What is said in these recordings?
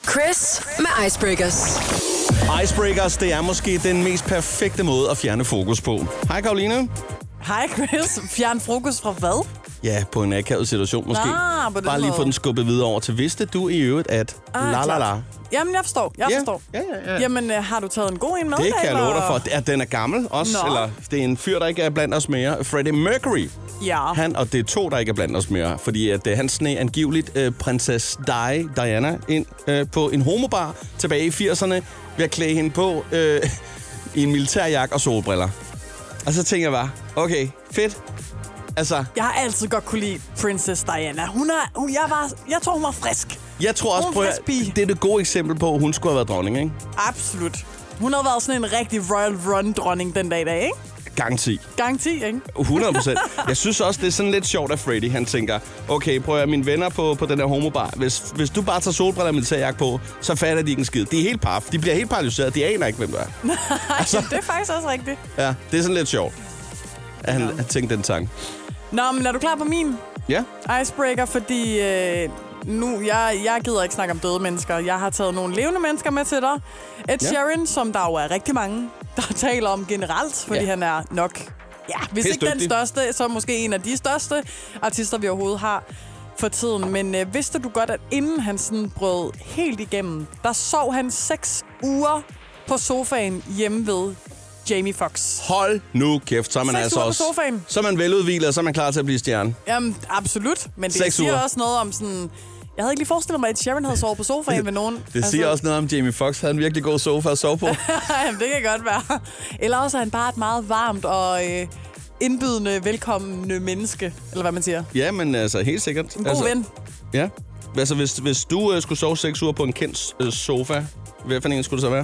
Chris med Icebreakers. Icebreakers, det er måske den mest perfekte måde at fjerne fokus på. Hej Karoline. Hej Chris. Fjern fokus fra hvad? Ja, på en akavet situation måske. Bare lige få den skubbet videre over til. Vidste du i øvrigt, at la. Jamen, jeg forstår. Ja. Jamen, har du taget en god en med? Det kan jeg love dig for. At den er gammel også. Nå. Eller det er en fyr, der ikke er blandt os mere. Freddie Mercury. Ja. Og det er 2, der ikke er blandt os mere. Fordi at han sneg angiveligt prinsesse Diana ind på en homobar tilbage i 80'erne ved at klæde hende på i en militærjakke og solbriller. Og så tænker jeg bare, okay, fedt. Altså, jeg har altid godt kunne lide Princess Diana. Jeg tror, hun var frisk. Jeg tror også, det er det gode eksempel på, at hun skulle have været dronning, ikke? Absolut. Hun havde været sådan en rigtig Royal Run-dronning den dag i dag, ikke? Gang 10, ikke? 100%. Jeg synes også, det er sådan lidt sjovt, at Freddie, han tænker, okay, prøv at mine venner på den her homobar, hvis du bare tager solbriller og militærjakke på, så fatter de ikke en skid. De er helt paf. De bliver helt paralyseret. De aner ikke, hvem du er. Nej, det er faktisk også rigtigt. Ja, det er sådan lidt sjovt, at han tænkte den tanke. Nå, men er du klar på min icebreaker? Fordi jeg gider ikke snakke om døde mennesker. Jeg har taget nogle levende mennesker med til dig. Ed Sheeran, som der jo er rigtig mange, der taler om generelt, fordi han er nok, hvis ikke den største, så måske en af de største artister, vi overhovedet har for tiden. Men vidste du godt, at inden han sådan brød helt igennem, der sov han 6 uger på sofaen hjemme ved Jamie Foxx. Hold nu kæft, så er man altså også... Så er man veludhvilet, og så er man klar til at blive stjerne. Jamen, absolut. Men det siger også noget om sådan... Jeg havde ikke lige forestillet mig, at Sharon havde sovet på sofaen med nogen. Det siger også noget om, Jamie Foxx havde en virkelig god sofa at sove på. Jamen, det kan godt være. Eller også er han bare et meget varmt og indbydende, velkommende menneske. Eller hvad man siger. Ja, men altså helt sikkert. En god ven. Ja. Altså, hvis du skulle sove 6 uger på en kendt sofa, hvad for en skulle det så være?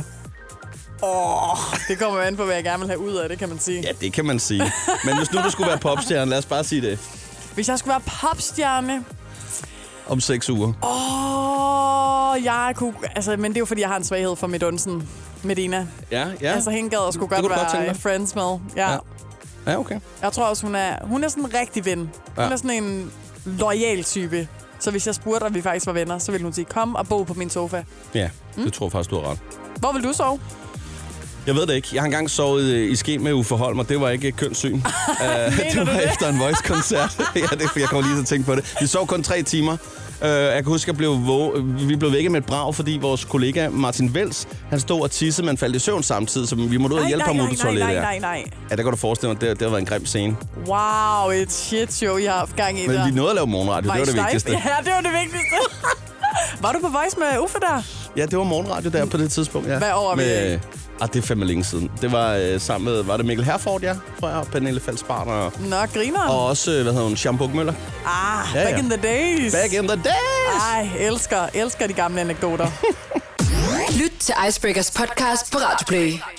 Det kommer an på, hvad jeg gerne vil have ud af det, kan man sige. Ja, det kan man sige. Men hvis nu du skulle være popstjerne, lad os bare sige det. Hvis jeg skulle være popstjerne... Om 6 uger. Jeg kunne... Altså, men det er jo, fordi jeg har en svaghed for Medunsen. Medina. Ja. Altså, hende gad skulle godt være friends med. Ja, okay. Jeg tror også, hun er sådan en rigtig ven. Hun er sådan en loyal type. Så hvis jeg spurgte, om vi faktisk var venner, så ville hun sige, kom og bo på min sofa. Ja, det tror jeg faktisk, du har ret. Hvor vil du sove? Jeg ved det ikke. Jeg har engang sovet i ske med Uffe Holm, og det var ikke et kønt syn. Det var efter en Voice-koncert. Jeg kommer lige til at tænke på det. Vi sov kun 3 timer. Jeg kan huske, at vi blev vækket med et brag, fordi vores kollega Martin Vels, han stod og tissede, men faldt i søvn samtidig, så vi måtte ud og hjælpe ham ud på toilettet. Nej. Ja, der kan du forestille mig, det har været en grim scene. Wow, et shit show, jeg har haft gang i. Men vi nåede at lave morgenradio, det var det vigtigste. Ja, det var det vigtigste. Var du på Voice med Uffe der? Ja, det var morgenradio der på det tidspunkt, ja. Hvad år er vi? Det er fandme længe siden. Det var sammen med, var det Mikkel Herford, tror jeg, og Pernille Falsbarn og... Nå, griner. Og også, hvad hedder hun, Jean Buch-Møller. Back in the days. Back in the days! Elsker de gamle anekdoter. Lyt til Icebreakers podcast på Radio Play.